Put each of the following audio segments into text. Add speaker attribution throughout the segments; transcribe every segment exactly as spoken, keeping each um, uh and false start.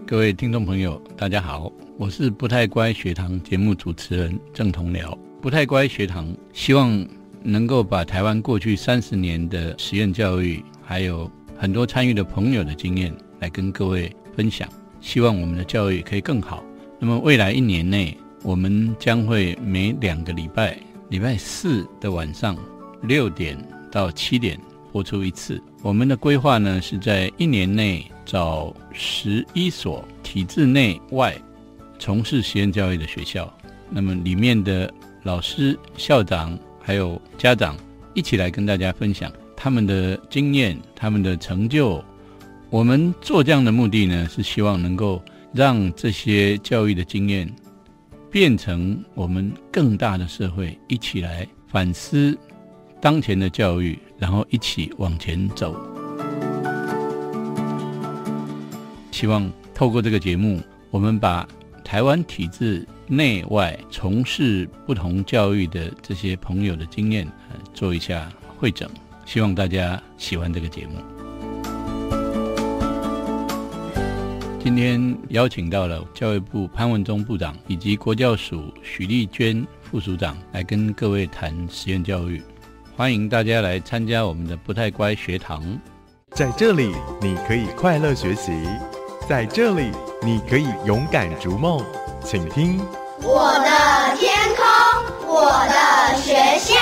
Speaker 1: 各位听众朋友大家好，我是不太乖学堂节目主持人郑同僚。不太乖学堂希望能够把台湾过去三十年的实验教育还有很多参与的朋友的经验来跟各位分享，希望我们的教育可以更好。那么未来一年内我们将会每两个礼拜礼拜四的晚上六点到七点播出一次。我们的规划呢是在一年内找十一所体制内外从事实验教育的学校，那么里面的老师、校长还有家长一起来跟大家分享他们的经验、他们的成就。我们做这样的目的呢，是希望能够让这些教育的经验变成我们更大的社会一起来反思当前的教育，然后一起往前走。希望透过这个节目，我们把台湾体制内外从事不同教育的这些朋友的经验、呃、做一下汇整，希望大家喜欢这个节目。今天邀请到了教育部潘文忠部长以及国教署许丽娟副署长来跟各位谈实验教育，欢迎大家来参加我们的不太乖学堂。
Speaker 2: 在这里你可以快乐学习，在这里你可以勇敢逐梦，请听
Speaker 3: 我的天空，我的学校。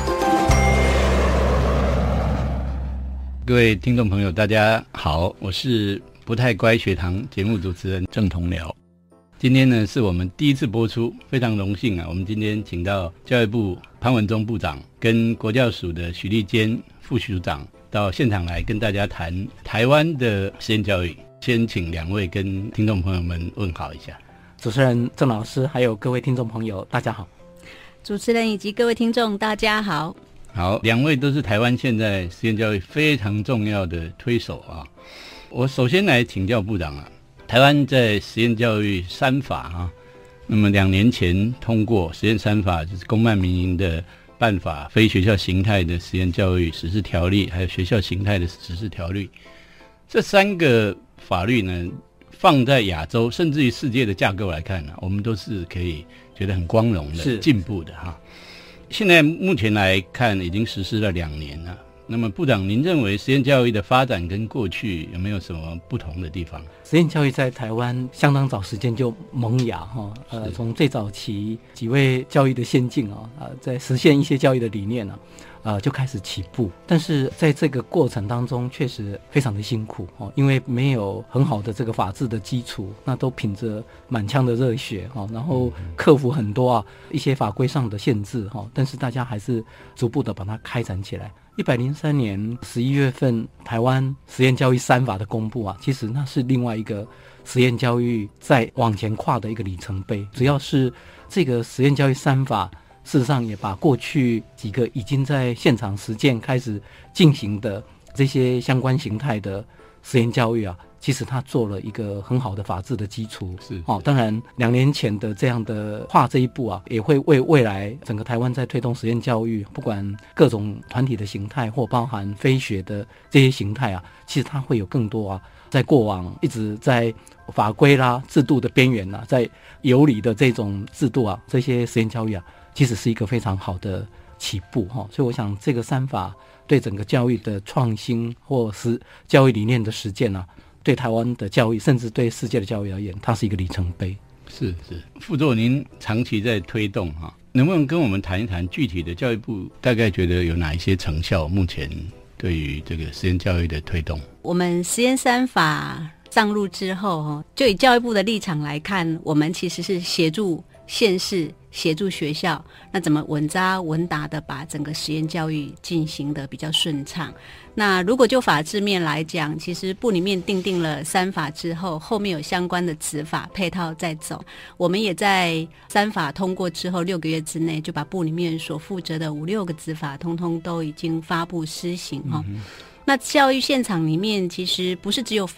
Speaker 1: 各位听众朋友大家好，我是不太乖学堂节目主持人郑同僚。今天呢是我们第一次播出，非常荣幸啊，我们今天请到教育部潘文忠部长跟国教署的许丽娟副署长到现场来跟大家谈台湾的实验教育。先请两位跟听众朋友们问好一下。
Speaker 4: 主持人郑老师还有各位听众朋友大家好。
Speaker 5: 主持人以及各位听众大家好。
Speaker 1: 好，两位都是台湾现在实验教育非常重要的推手啊。我首先来请教部长啊，台湾在实验教育三法啊，那么两年前通过实验三法，就是公办民营的办法、非学校形态的实验教育实施条例，还有学校形态的实施条例。这三个法律呢，放在亚洲甚至于世界的架构来看呢、啊，我们都是可以觉得很光荣的、进步的哈。现在目前来看，已经实施了两年了。那么部长，您认为实验教育的发展跟过去有没有什么不同的地方？
Speaker 4: 实验教育在台湾相当早时间就萌芽哈，呃，从最早期几位教育的先进啊，呃，在实现一些教育的理念啊，呃，就开始起步。但是在这个过程当中，确实非常的辛苦哦，因为没有很好的这个法治的基础，那都凭着满腔的热血哈，然后克服很多啊一些法规上的限制哈，但是大家还是逐步的把它开展起来。一百零三年十一月份，台湾实验教育三法的公布啊，其实那是另外一个实验教育在往前跨的一个里程碑。只要是这个实验教育三法，事实上也把过去几个已经在现场实践开始进行的这些相关形态的实验教育啊，其实它做了一个很好的法治的基础。
Speaker 1: 是
Speaker 4: 哦，当然两年前的这样的跨这一步啊，也会为未来整个台湾在推动实验教育，不管各种团体的形态或包含非学的这些形态啊，其实它会有更多啊，在过往一直在法规啦、制度的边缘啊，在游离的这种制度啊，这些实验教育啊，其实是一个非常好的起步哈。所以我想这个三法对整个教育的创新或是教育理念的实践啊，对台湾的教育甚至对世界的教育而言，它是一个里程碑。
Speaker 1: 是是，副座您长期在推动哈，能不能跟我们谈一谈具体的教育部大概觉得有哪一些成效？目前对于这个实验教育的推动，
Speaker 5: 我们实验三法上路之后，就以教育部的立场来看，我们其实是协助县市、协助学校，那怎么稳扎稳打的把整个实验教育进行的比较顺畅。那如果就法制面来讲，其实部里面订定了三法之后，后面有相关的子法配套在走。我们也在三法通过之后六个月之内，就把部里面所负责的五六个子法通通都已经发布施行、嗯、那教育现场里面其实不是只有法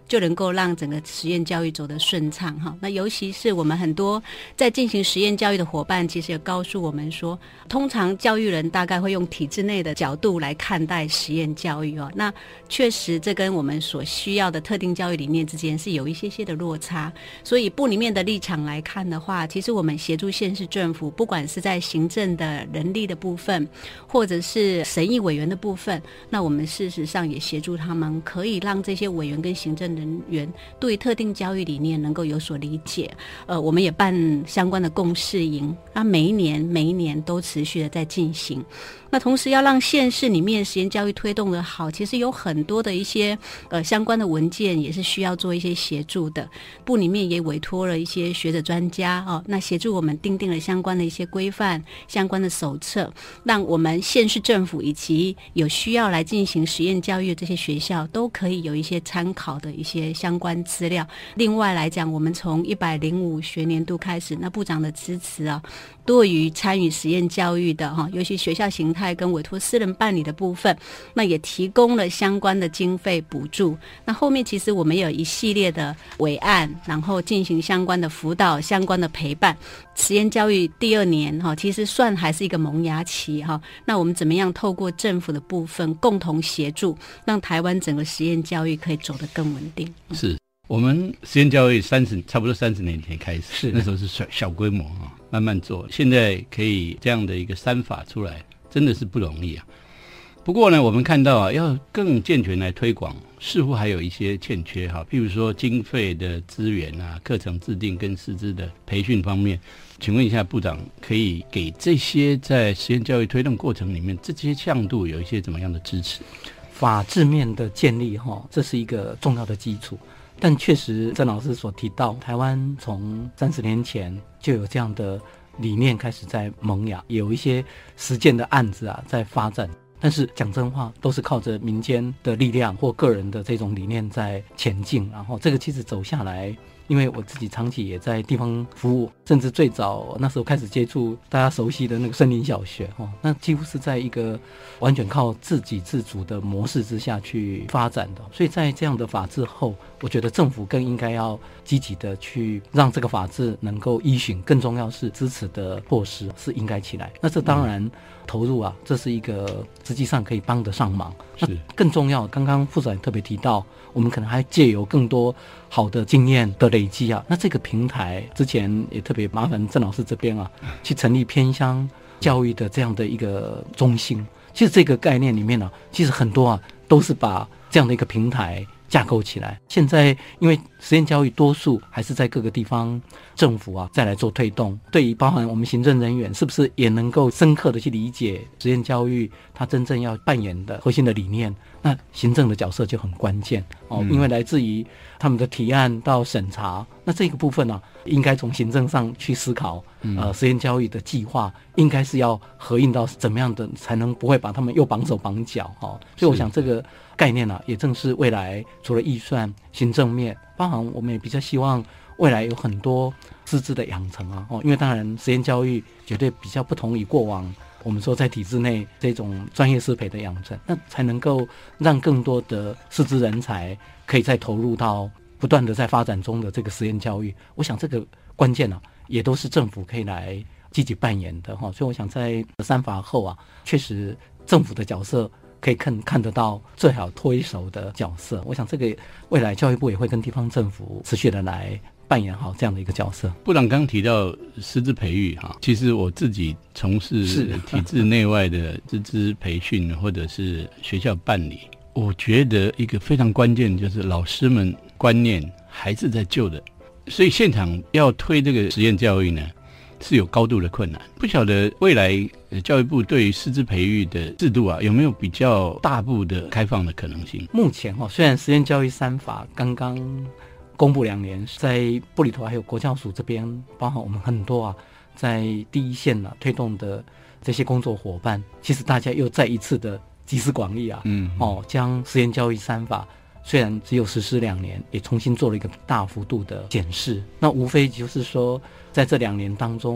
Speaker 5: 就能够让整个实验教育走得顺畅哈。那尤其是我们很多在进行实验教育的伙伴，其实也告诉我们说，通常教育人大概会用体制内的角度来看待实验教育哦。那确实这跟我们所需要的特定教育理念之间是有一些些的落差。所以部里面的立场来看的话，其实我们协助县市政府，不管是在行政的人力的部分，或者是审议委员的部分，那我们事实上也协助他们，可以让这些委员跟行政人员对特定教育理念能够有所理解。呃，我们也办相关的共识营，那每一年每一年都持续的在进行。那同时要让县市里面实验教育推动的好，其实有很多的一些呃相关的文件也是需要做一些协助的。部里面也委托了一些学者专家哦，那协助我们订定了相关的一些规范、相关的手册，让我们县市政府以及有需要来进行实验教育的这些学校都可以有一些参考的一些相关资料。另外来讲，我们从一百零五学年度开始，那部长的支持啊，对于参与实验教育的哈，尤其学校形态跟委托私人办理的部分，那也提供了相关的经费补助。那后面其实我们有一系列的委案，然后进行相关的辅导、相关的陪伴。实验教育第二年哈，其实算还是一个萌芽期哈。那我们怎么样透过政府的部分共同协助，让台湾整个实验教育可以走得更稳定？
Speaker 1: 是我们实验教育三十差不多三十年前开始，
Speaker 4: 是
Speaker 1: 那时候是小小规模啊，慢慢做，现在可以这样的一个三法出来，真的是不容易啊。不过呢，我们看到啊，要更健全来推广，似乎还有一些欠缺哈，譬如说经费的资源啊、课程制定跟师资的培训方面，请问一下部长，可以给这些在实验教育推动过程里面这些向度有一些怎么样的支持？
Speaker 4: 法治面的建立哈，这是一个重要的基础。但确实郑老师所提到，台湾从三十年前就有这样的理念开始在萌芽，有一些实践的案子啊在发展。但是讲真话，都是靠着民间的力量或个人的这种理念在前进。然后这个其实走下来，因为我自己长期也在地方服务，甚至最早那时候开始接触大家熟悉的那个森林小学，哦，那几乎是在一个完全靠自给自足的模式之下去发展的。所以在这样的法治后，我觉得政府更应该要积极的去让这个法治能够依循，更重要是支持的措施是应该起来。那这当然投入啊，这是一个实际上可以帮得上忙。那更重要，刚刚副长特别提到，我们可能还借由更多好的经验的累积啊。那这个平台之前也特别麻烦郑老师这边啊，去成立偏乡教育的这样的一个中心。其实这个概念里面呢、啊，其实很多啊都是把这样的一个平台架构起来。现在因为实验教育多数还是在各个地方政府啊再来做推动，对于包含我们行政人员是不是也能够深刻的去理解实验教育它真正要扮演的核心的理念，那行政的角色就很关键哦、嗯，因为来自于他们的提案到审查，那这个部分呢、啊，应该从行政上去思考，呃，实验教育的计划应该是要合应到怎么样的才能不会把他们又绑手绑脚哦，所以我想这个概念呢、啊，也正是未来除了预算、行政面，包含我们也比较希望未来有很多师资的养成啊，哦，因为当然实验教育绝对比较不同于过往我们说在体制内这种专业师培的养成，那才能够让更多的师资人才可以再投入到不断的在发展中的这个实验教育。我想这个关键呢、啊，也都是政府可以来积极扮演的哈。所以我想在三法后啊，确实政府的角色可以看看得到最好推手的角色。我想这个未来教育部也会跟地方政府持续的来扮演好这样的一个角色。
Speaker 1: 部长刚提到师资培育哈，其实我自己从事体制内外的师资培训或者是学校办理，我觉得一个非常关键就是老师们观念还是在旧的，所以现场要推这个实验教育呢是有高度的困难。不晓得未来教育部对于师资培育的制度啊，有没有比较大步的开放的可能性？
Speaker 4: 目前哦，虽然实验教育三法刚刚公布两年，在部里头还有国教署这边，包含我们很多啊在第一线啊推动的这些工作伙伴，其实大家又再一次的集思广益啊，嗯哦，将实验教育三法虽然只有实施两年，也重新做了一个大幅度的检视。那无非就是说，在这两年当中，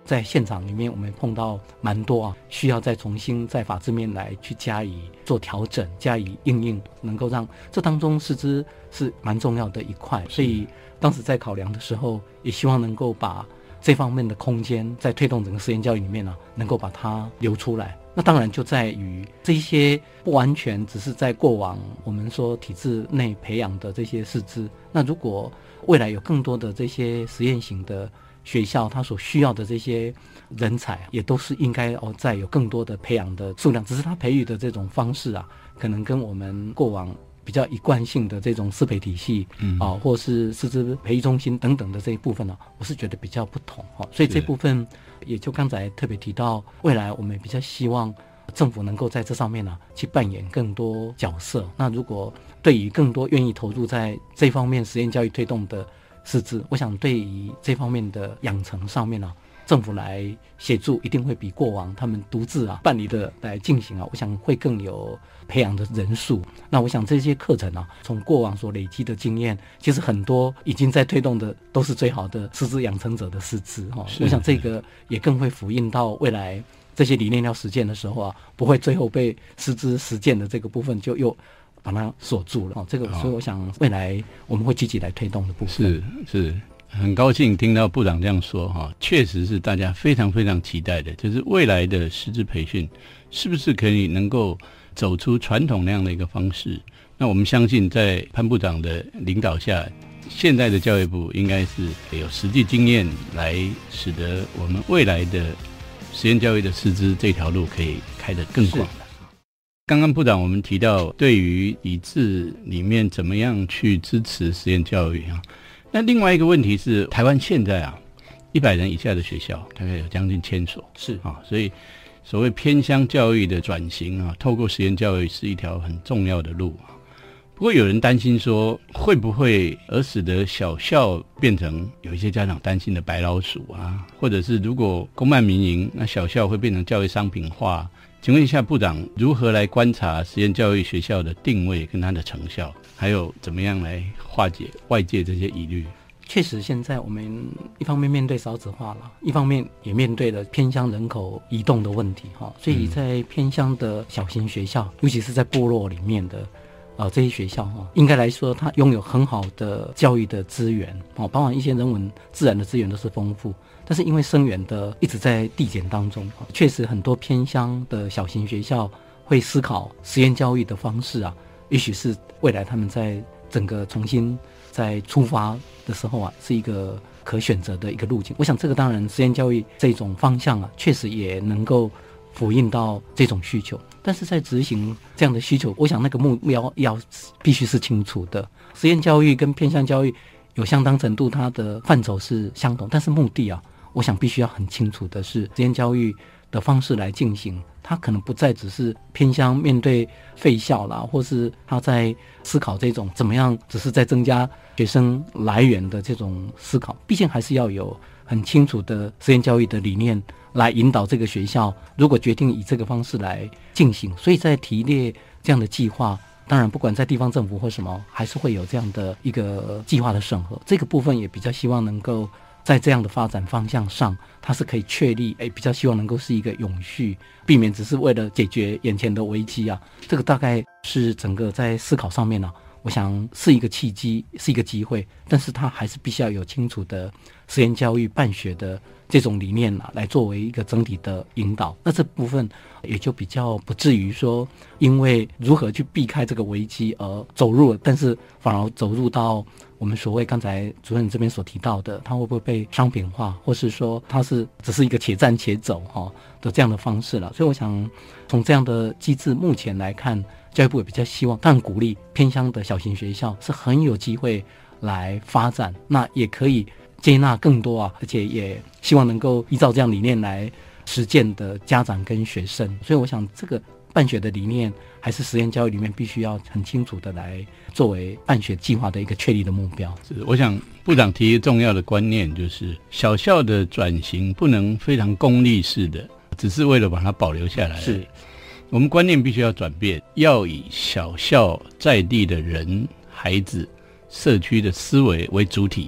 Speaker 4: 在现场里面我们碰到蛮多啊，需要再重新在法制面来去加以做调整，加以应用，能够让这当中师资是蛮重要的一块。所以当时在考量的时候，也希望能够把这方面的空间在推动整个实验教育里面呢、啊，能够把它留出来。那当然就在于这些不完全只是在过往我们说体制内培养的这些师资，那如果未来有更多的这些实验型的学校，它所需要的这些人才也都是应该哦，再有更多的培养的数量，只是它培育的这种方式啊，可能跟我们过往比较一贯性的这种师培体系嗯啊，或是师资培育中心等等的这一部分呢、啊，我是觉得比较不同哈、哦，所以这部分也就刚才特别提到，未来我们比较希望政府能够在这上面呢、啊、去扮演更多角色。那如果对于更多愿意投入在这方面实验教育推动的师资，我想对于这方面的养成上面呢、啊，政府来协助一定会比过往他们独自啊办理的来进行啊，我想会更有培养的人数。那我想这些课程啊，从过往所累积的经验，其实很多已经在推动的都是最好的师资养成者的师资哈。我想这个也更会反映到未来这些理念要实践的时候啊，不会最后被师资实践的这个部分就又把它锁住了哦。这个所以我想未来我们会积极来推动的部分。
Speaker 1: 是是。很高兴听到部长这样说哈，确实是大家非常非常期待的，就是未来的师资培训是不是可以能够走出传统那样的一个方式。那我们相信在潘部长的领导下，现在的教育部应该是有实际经验来使得我们未来的实验教育的师资这条路可以开得更广的。刚刚部长我们提到对于体制里面怎么样去支持实验教育啊，那另外一个问题是，台湾现在啊，一百人以下的学校大概有将近千所，
Speaker 4: 是
Speaker 1: 啊，所以所谓偏乡教育的转型啊，透过实验教育是一条很重要的路啊。不过有人担心说，会不会而使得小校变成有一些家长担心的白老鼠啊，或者是如果公办民营，那小校会变成教育商品化？请问一下部长，如何来观察实验教育学校的定位跟它的成效，还有怎么样来化解外界这些疑虑？
Speaker 4: 确实现在我们一方面面对少子化了，一方面也面对了偏乡人口移动的问题哈，所以在偏乡的小型学校，尤其是在部落里面的呃这些学校哈，应该来说它拥有很好的教育的资源哦，包含一些人文自然的资源都是丰富。但是因为生源的一直在递减当中，确实很多偏乡的小型学校会思考实验教育的方式啊，也许是未来他们在整个重新在出发的时候啊，是一个可选择的一个路径。我想这个当然实验教育这种方向啊，确实也能够反映到这种需求，但是在执行这样的需求，我想那个目标要必须是清楚的。实验教育跟偏向教育有相当程度它的范畴是相同，但是目的啊，我想必须要很清楚的是，实验教育的方式来进行，它可能不再只是偏向面对废校啦，或是他在思考这种怎么样只是在增加学生来源的这种思考，毕竟还是要有很清楚的实验教育的理念来引导这个学校，如果决定以这个方式来进行，所以在提列这样的计划，当然不管在地方政府或什么，还是会有这样的一个计划的审核，这个部分也比较希望能够在这样的发展方向上，它是可以确立，哎，比较希望能够是一个永续，避免只是为了解决眼前的危机啊。这个大概是整个在思考上面呢、啊，我想是一个契机，是一个机会，但是它还是必须要有清楚的实验教育办学的这种理念啊，来作为一个整体的引导。那这部分也就比较不至于说，因为如何去避开这个危机而走入，但是反而走入到我们所谓刚才主任这边所提到的，它会不会被商品化，或是说它是只是一个且战且走哈的这样的方式了。所以我想从这样的机制目前来看，教育部也比较希望，当然鼓励偏乡的小型学校是很有机会来发展，那也可以接纳更多啊，而且也希望能够依照这样理念来实践的家长跟学生。所以我想这个办学的理念还是实验教育里面必须要很清楚的来作为办学计划的一个确立的目标。
Speaker 1: 是，我想部长提一个重要的观念，就是小校的转型不能非常功利式的，只是为了把它保留下来。
Speaker 4: 是，
Speaker 1: 我们观念必须要转变，要以小校在地的人、孩子、社区的思维为主体，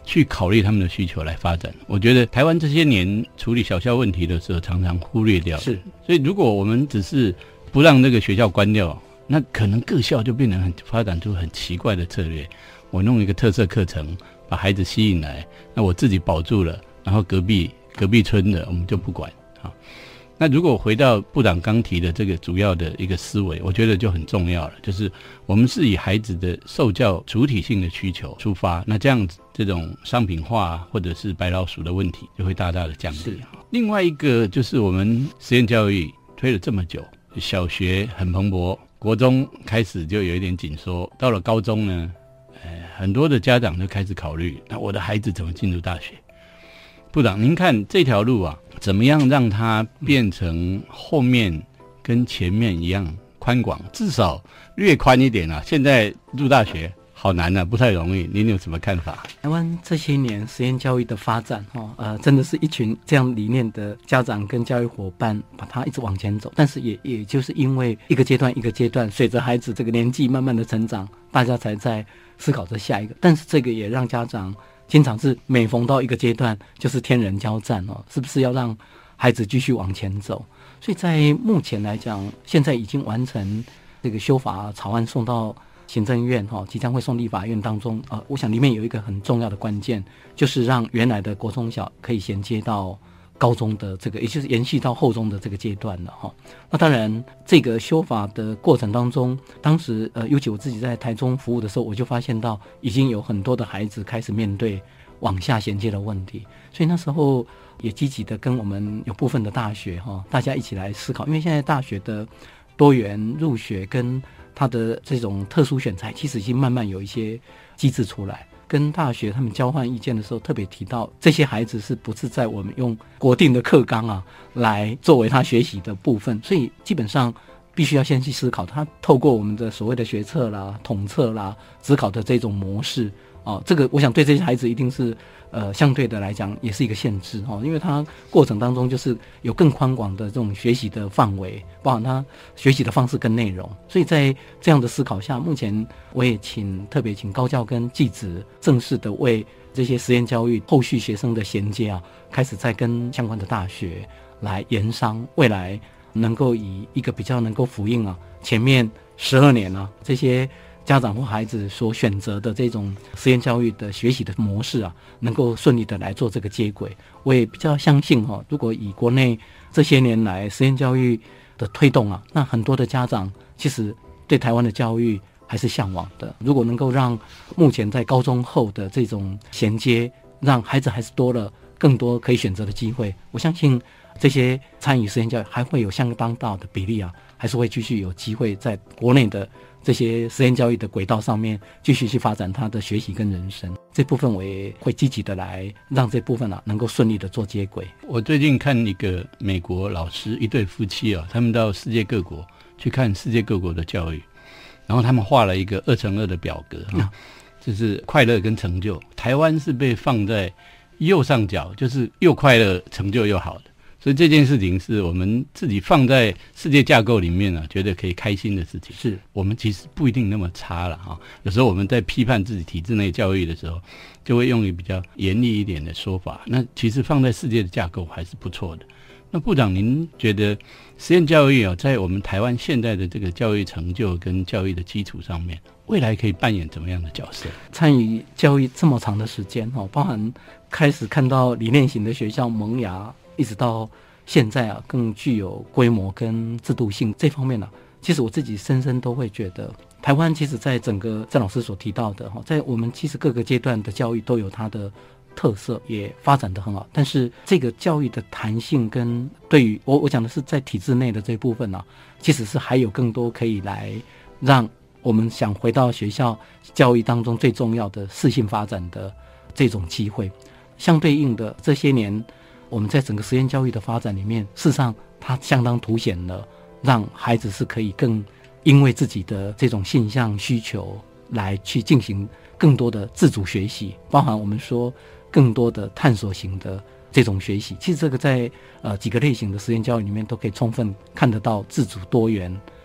Speaker 1: 去考虑他们的需求来发展。我觉得台湾这些年处理小校问题的时候常常忽略掉，
Speaker 4: 是，
Speaker 1: 所以如果我们只是不让这个学校关掉，那可能各校就变成很发展出很奇怪的策略。我弄一个特色课程把孩子吸引来，那我自己保住了，然后隔壁隔壁村的我们就不管啊。那如果回到部长刚提的这个主要的一个思维，我觉得就很重要了，就是我们是以孩子的受教主体性的需求出发，那这样子这种商品化或者是白老鼠的问题就会大大的降低。另外一个就是我们实验教育推了这么久，小学很蓬勃，国中开始就有一点紧缩，到了高中呢，呃，很多的家长就开始考虑，那我的孩子怎么进入大学？部长，您看这条路啊，怎么样让它变成后面跟前面一样宽广，至少略宽一点啊？现在入大学好难啊，不太容易。您有什么看法？
Speaker 4: 台湾这些年实验教育的发展，哈，呃，真的是一群这样理念的家长跟教育伙伴，把它一直往前走。但是也也就是因为一个阶段一个阶段，随着孩子这个年纪慢慢的成长，大家才在思考着下一个。但是这个也让家长经常是每逢到一个阶段就是天人交战哦，是不是要让孩子继续往前走？所以在目前来讲，现在已经完成这个修法草案送到行政院哈，即将会送立法院当中啊、呃，我想里面有一个很重要的关键，就是让原来的国中小可以衔接到高中的这个，也就是延续到后中的这个阶段了哈。那当然，这个修法的过程当中，当时呃，尤其我自己在台中服务的时候，我就发现到已经有很多的孩子开始面对往下衔接的问题，所以那时候也积极的跟我们有部分的大学哈，大家一起来思考，因为现在大学的多元入学跟它的这种特殊选材，其实已经慢慢有一些机制出来。跟大学他们交换意见的时候，特别提到这些孩子是不是在我们用国定的课纲啊来作为他学习的部分，所以基本上必须要先去思考，他透过我们的所谓的学测啦、统测啦、指考的这种模式哦，这个我想对这些孩子一定是呃相对的来讲也是一个限制哦，因为他过程当中就是有更宽广的这种学习的范围，包含他学习的方式跟内容，所以在这样的思考下，目前我也请特别请高教跟技职正式的为这些实验教育后续学生的衔接啊，开始在跟相关的大学来研商，未来能够以一个比较能够呼应啊前面十二年啊这些家长或孩子所选择的这种实验教育的学习的模式啊，能够顺利的来做这个接轨。我也比较相信哈、哦，如果以国内这些年来实验教育的推动啊，那很多的家长其实对台湾的教育还是向往的。如果能够让目前在高中后的这种衔接，让孩子还是多了更多可以选择的机会，我相信这些参与实验教育还会有相当大的比例啊，还是会继续有机会在国内的这些实验教育的轨道上面继续去发展他的学习跟人生。这部分我也会积极的来让这部分啊能够顺利的做接轨。
Speaker 1: 我最近看一个美国老师一对夫妻啊，他们到世界各国去看世界各国的教育，然后他们画了一个二乘二的表格啊，就是快乐跟成就。台湾是被放在右上角，就是又快乐成就又好的。所以这件事情是我们自己放在世界架构里面啊，觉得可以开心的事情。是我们其实不一定那么差了哈。有时候我们在批判自己体制内教育的时候，就会用一比较严厉一点的说法。那其实放在世界的架构还是不错的。那部长，您觉得实验教育啊，在我们台湾现在的这个教育成就跟教育的基础上面，未来可以扮演怎么样的角色？
Speaker 4: 参与教育这么长的时间哦，包含开始看到理念型的学校萌芽，一直到现在啊，更具有规模跟制度性这方面呢、啊，其实我自己深深都会觉得，台湾其实在整个郑老师所提到的哈，在我们其实各个阶段的教育都有它的特色，也发展得很好。但是这个教育的弹性跟对于我我讲的是在体制内的这部分呢、啊，其实是还有更多可以来让我们想回到学校教育当中最重要的适性发展的这种机会。相对应的这些年，我们在整个实验教育的发展里面，事实上它相当凸显了让孩子是可以更因为自己的这种性向需求来去进行更多的自主学习，包含我们说更多的探索型的这种学习。其实这个在呃几个类型的实验教育里面都可以充分看得到自主多元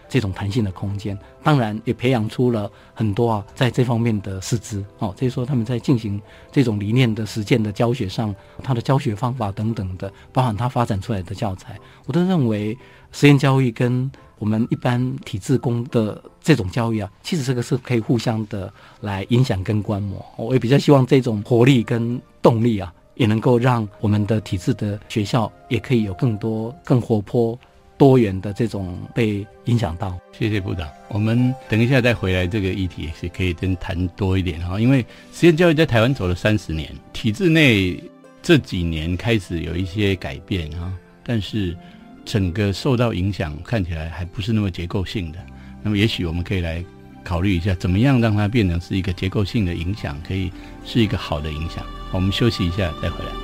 Speaker 4: 这种弹性的空间，当然也培养出了很多啊在这方面的师资哦，所以说他们在进行这种理念的实践的教学上，他的教学方法等等的，包含他发展出来的教材，我都认为实验教育跟我们一般体制工的这种教育啊，其实这个是可以互相的来影响跟观摩。我也比较希望这种活力跟动力啊，也能够让我们的体制的学校也可以有更多更活泼多元的这种被影响到。
Speaker 1: 谢谢部长，我们等一下再回来这个议题也是可以跟谈多一点哈，因为实验教育在台湾走了三十年，体制内这几年开始有一些改变哈，但是整个受到影响看起来还不是那么结构性的。那么也许我们可以来考虑一下，怎么样让它变成是一个结构性的影响，可以是一个好的影响。我们休息一下再回来。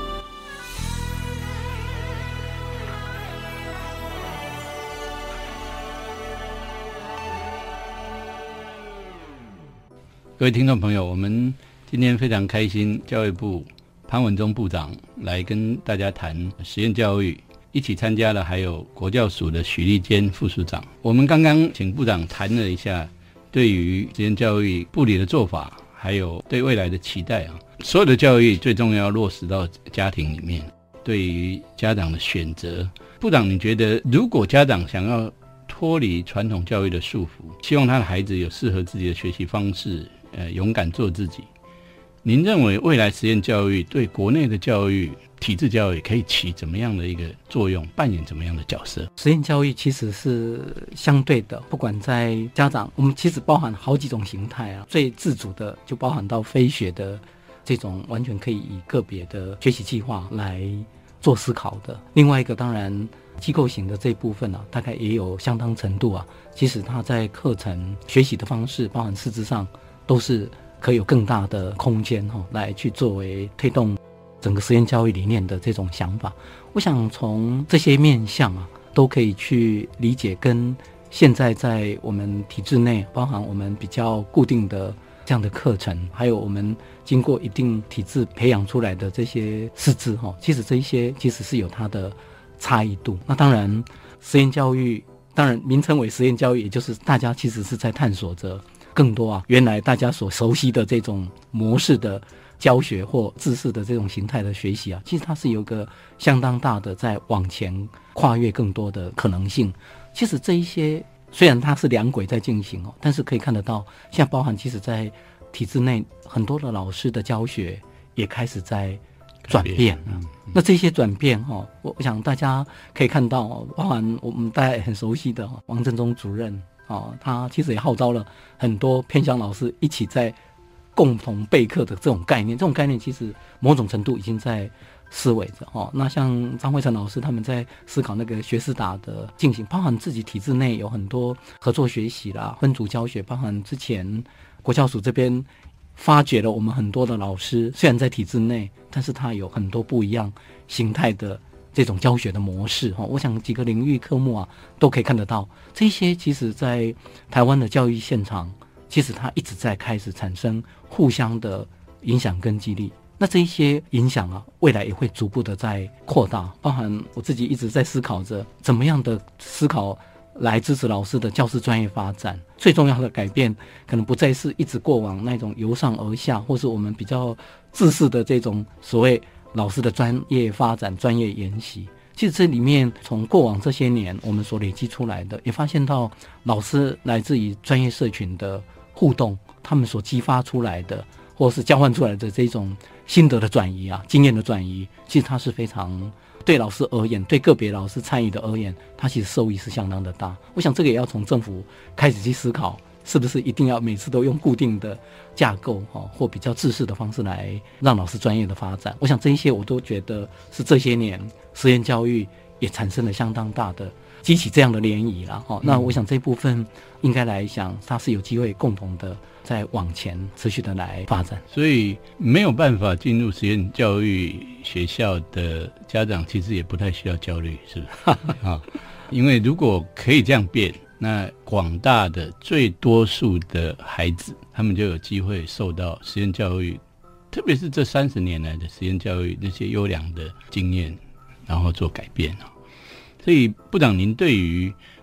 Speaker 1: 各位听众朋友，我们今天非常开心，教育部潘文忠部长来跟大家谈实验教育，一起参加了还有国教署的许立坚副署长。我们刚刚请部长谈了一下对于实验教育部里的做法，还有对未来的期待啊。所有的教育最重要落实到家庭里面，对于家长的选择，部长你觉得如果家长想要脱离传统教育的束缚，希望他的孩子有适合自己的学习方式，呃，勇敢做自己，您认为未来实验教育对国内的教育体制教育可以起怎么样的一个作用，扮演怎么样的角色？
Speaker 4: 实验教育其实是相对的，不管在家长，我们其实包含好几种形态啊，最自主的就包含到非学的这种完全可以以个别的学习计划来做思考的，另外一个当然机构型的这一部分啊，大概也有相当程度啊，其实它在课程学习的方式包含师资上都是可以有更大的空间、哦、来去作为推动整个实验教育理念的这种想法。我想从这些面向啊，都可以去理解跟现在在我们体制内包含我们比较固定的这样的课程，还有我们经过一定体制培养出来的这些师资、哦、其实这一些其实是有它的差异度。那当然实验教育当然名称为实验教育，也就是大家其实是在探索着更多啊原来大家所熟悉的这种模式的教学或知识的这种形态的学习啊，其实它是有一个相当大的在往前跨越更多的可能性。其实这一些虽然它是两轨在进行哦，但是可以看得到现在包含其实在体制内很多的老师的教学也开始在转变了、嗯嗯、那这些转变哈、哦，我想大家可以看到、哦、包含我们大家很熟悉的、哦、王正中主任哦，他其实也号召了很多偏乡老师一起在共同备课的这种概念，这种概念其实某种程度已经在思维着哦。那像张慧成老师他们在思考那个学思达的进行，包含自己体制内有很多合作学习啦、分组教学，包含之前国教署这边发掘了我们很多的老师，虽然在体制内，但是他有很多不一样形态的这种教学的模式、哦、我想几个领域科目啊都可以看得到，这些其实在台湾的教育现场其实它一直在开始产生互相的影响跟激励。那这一些影响啊，未来也会逐步的在扩大，包含我自己一直在思考着怎么样的思考来支持老师的教师专业发展。最重要的改变可能不再是一直过往那种由上而下，或是我们比较自私的这种所谓老师的专业发展、专业研习。其实这里面从过往这些年我们所累积出来的，也发现到老师来自于专业社群的互动，他们所激发出来的或是交换出来的这种心得的转移啊、经验的转移，其实它是非常对老师而言，对个别老师参与的而言，它其实受益是相当的大。我想这个也要从政府开始去思考，是不是一定要每次都用固定的架构、哦、或比较制式的方式来让老师专业的发展。我想这一些我都觉得是这些年实验教育也产生了相当大的激起这样的涟漪啦、哦、那我想这部分应该来讲它是有机会共同的在往前持续的来发展。
Speaker 1: 所以没有办法进入实验教育学校的家长其实也不太需要焦虑，是不是？啊，因为如果可以这样变，那广大的最多数的孩子他们就有机会受到实验教育，特别是这三十年来的实验教育那些优良的经验，然后做改变。所以部长您对于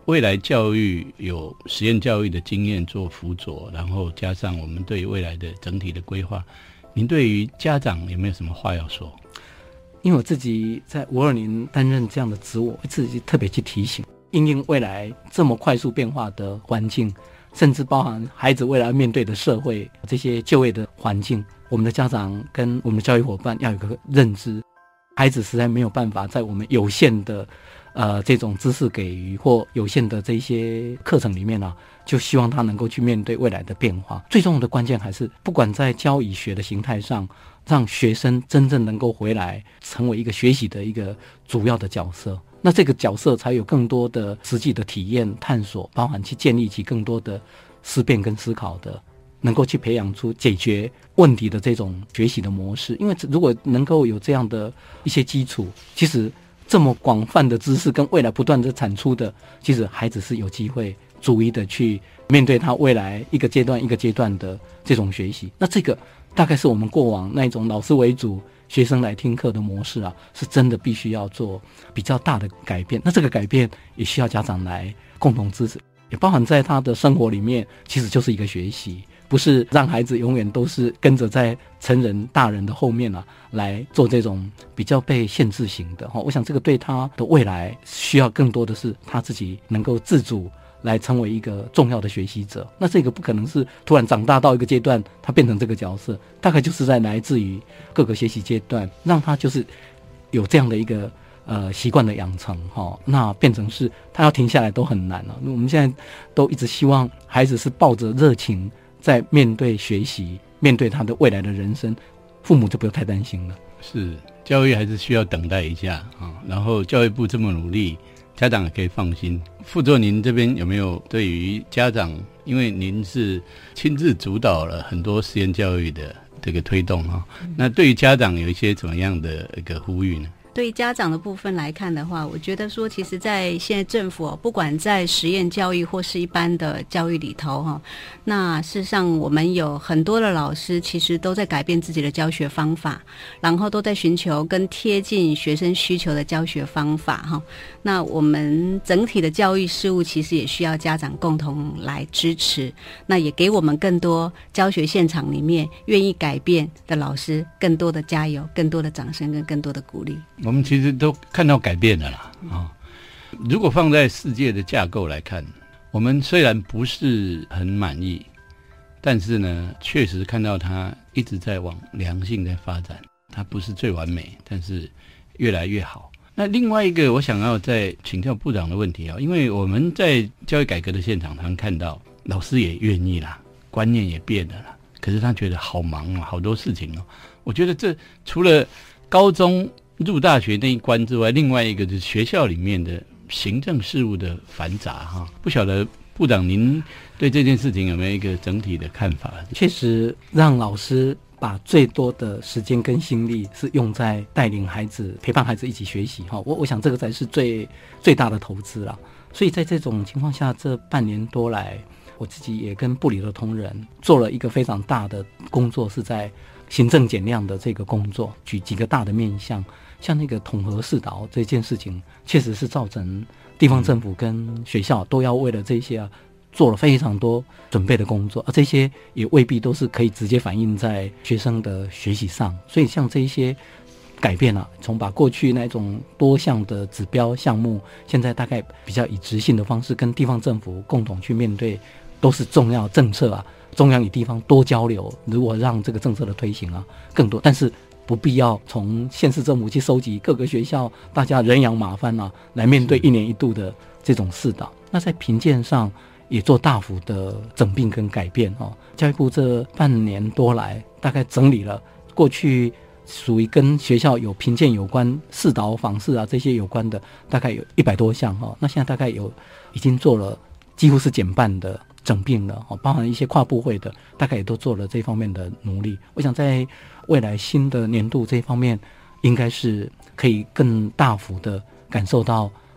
Speaker 1: 未来教育有实验教育的经验做辅佐，然后加上我们对未来的整体的规划，您对于家长有没有什么话要说？
Speaker 4: 因为我自己在五二零担任这样的职务，我自己特别去提醒，因应未来这么快速变化的环境，甚至包含孩子未来面对的社会这些就业的环境，我们的家长跟我们的教育伙伴要有一个认知，孩子实在没有办法在我们有限的呃这种知识给予或有限的这些课程里面啊，就希望他能够去面对未来的变化。最重要的关键还是不管在教与学的形态上，让学生真正能够回来成为一个学习的一个主要的角色，那这个角色才有更多的实际的体验探索，包含去建立起更多的思辨跟思考的，能够去培养出解决问题的这种学习的模式。因为如果能够有这样的一些基础，其实这么广泛的知识跟未来不断的产出的，其实孩子是有机会逐一的去面对他未来一个阶段一个阶段的这种学习。那这个大概是我们过往那种老师为主学生来听课的模式啊，是真的必须要做比较大的改变。那这个改变也需要家长来共同支持，也包含在他的生活里面，其实就是一个学习，不是让孩子永远都是跟着在成人大人的后面啊来做这种比较被限制型的。我想这个对他的未来需要更多的是他自己能够自主来成为一个重要的学习者。那这个不可能是突然长大到一个阶段他变成这个角色，大概就是在来自于各个学习阶段，让他就是有这样的一个呃习惯的养成哈，那变成是他要停下来都很难了。我们现在都一直希望孩子是抱着热情在面对学习，面对他的未来的人生，父母就不用太担心了。
Speaker 1: 是，教育还是需要等待一下啊。然后教育部这么努力，家长也可以放心。副座，您这边有没有对于家长，因为您是亲自主导了很多实验教育的这个推动哈，那对于家长有一些怎么样的一个呼吁呢？
Speaker 5: 对于家长的部分来看的话，我觉得说其实在现在政府、哦、不管在实验教育或是一般的教育里头、哦、那事实上我们有很多的老师其实都在改变自己的教学方法，然后都在寻求更贴近学生需求的教学方法、哦、那我们整体的教育事务其实也需要家长共同来支持，那也给我们更多教学现场里面愿意改变的老师更多的加油，更多的掌声跟更多的鼓励。
Speaker 1: 我们其实都看到改变了啦、哦、如果放在世界的架构来看，我们虽然不是很满意，但是呢确实看到它一直在往良性在发展，它不是最完美，但是越来越好。那另外一个我想要再请教部长的问题啊，因为我们在教育改革的现场常看到老师也愿意啦，观念也变了啦，可是他觉得好忙啊，好多事情哦。我觉得这除了高中入大学那一关之外，另外一个就是学校里面的行政事务的繁杂哈。不晓得部长您对这件事情有没有一个整体的看法？
Speaker 4: 确实让老师把最多的时间跟心力是用在带领孩子陪伴孩子一起学习哈，我我想这个才是最最大的投资啦。所以在这种情况下，这半年多来我自己也跟部里的同仁做了一个非常大的工作，是在行政减量的这个工作，举几个大的面向，像那个统合视导这件事情，确实是造成地方政府跟学校都要为了这些啊做了非常多准备的工作，而这些也未必都是可以直接反映在学生的学习上。所以像这一些改变啊，从把过去那种多项的指标项目，现在大概比较以直性的方式跟地方政府共同去面对，都是重要政策啊，中央与地方多交流，如果让这个政策的推行啊更多，但是不必要从县市政府去收集各个学校大家人仰马翻啊，来面对一年一度的这种视导。那在评鉴上也做大幅的整并跟改变哦。教育部这半年多来，大概整理了过去属于跟学校有评鉴有关视导访视啊这些有关的，大概有一百多项哦。那现在大概有已经做了几乎是减半的整并了哦，包含一些跨部会的，大概也都做了这方面的努力。我想在未来新的年度这方面，应该是可以更大幅的感受到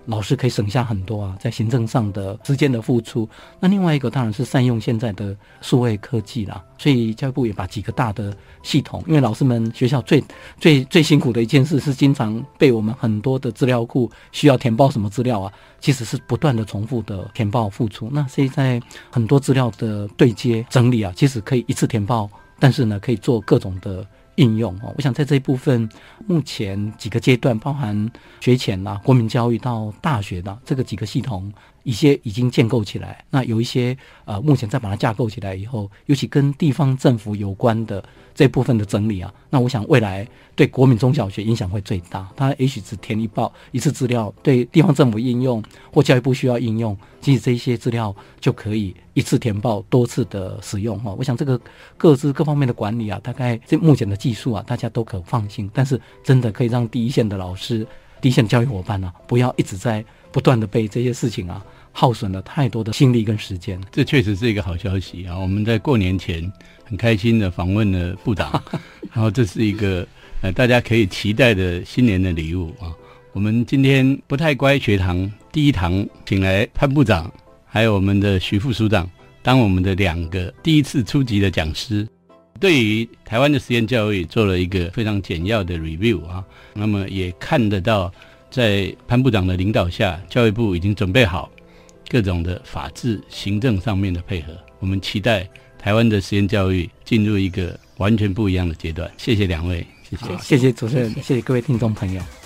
Speaker 4: 老师可以省下很多啊，在行政上的时间的付出。那另外一个当然是善用现在的数位科技啦，所以教育部也把几个大的系统，因为老师们学校最最最辛苦的一件事是经常被我们很多的资料库需要填报什么资料啊，其实是不断的重复的填报付出。那现在很多资料的对接整理啊，其实可以一次填报，但是呢可以做各种的应用哦。我想在这一部分，目前几个阶段，包含学前啦、国民教育到大学的这个几个系统，一些已经建构起来，那有一些呃，目前再把它架构起来以后，尤其跟地方政府有关的这部分的整理啊，那我想未来对国民中小学影响会最大。它也许只填一报一次资料，对地方政府应用或教育部需要应用，其实这些资料就可以一次填报多次的使用哈。我想这个各自各方面的管理啊，大概这目前的技术啊，大家都可放心，但是真的可以让第一线的老师、第一线的教育伙伴啊，不要一直在不断的被这些事情啊耗损了太多的心力跟时间。
Speaker 1: 这确实是一个好消息啊！我们在过年前很开心的访问了部长，然后这是一个呃大家可以期待的新年的礼物啊！我们今天不太乖学堂第一堂请来潘部长，还有我们的徐副署长当我们的两个第一次初级的讲师，对于台湾的实验教育做了一个非常简要的 review 啊，那么也看得到在潘部长的领导下，教育部已经准备好各种的法制行政上面的配合，我们期待台湾的实验教育进入一个完全不一样的阶段。谢谢两位，谢谢，
Speaker 4: 谢谢主持人，谢谢各位听众朋友。